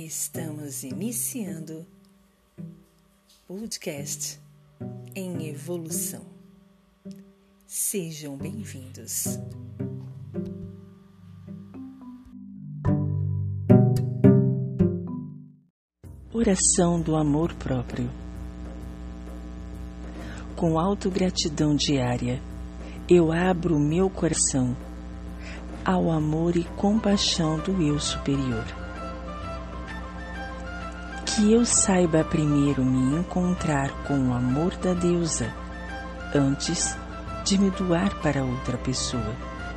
Estamos iniciando podcast em evolução. Sejam bem-vindos. Oração do amor próprio. Com autogratidão diária, eu abro o meu coração ao amor e compaixão do eu superior. Que eu saiba primeiro me encontrar com o amor da deusa, antes de me doar para outra pessoa.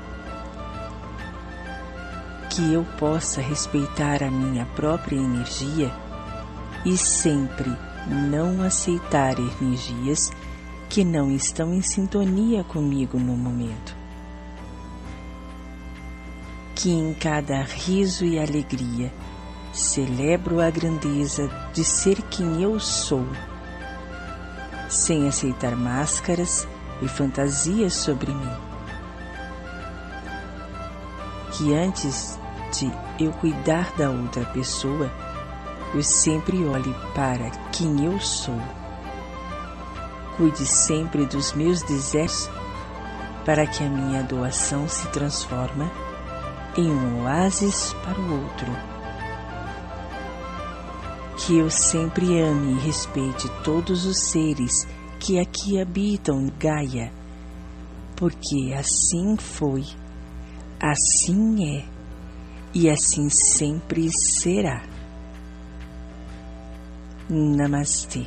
Que eu possa respeitar a minha própria energia e sempre não aceitar energias que não estão em sintonia comigo no momento. Que em cada riso e alegria celebro a grandeza de ser quem eu sou, sem aceitar máscaras e fantasias sobre mim. Que antes de eu cuidar da outra pessoa, eu sempre olhe para quem eu sou. Cuide sempre dos meus desejos para que a minha doação se transforme em um oásis para o outro. Que eu sempre ame e respeite todos os seres que aqui habitam Gaia, porque assim foi, assim é e assim sempre será. Namastê.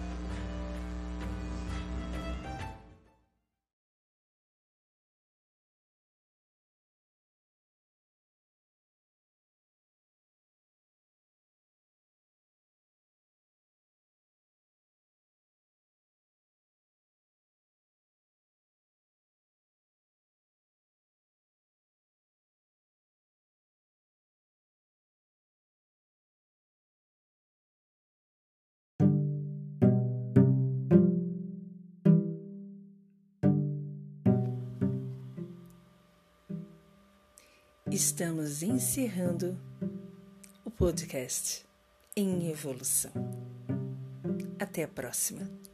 Estamos encerrando o podcast em evolução. Até a próxima.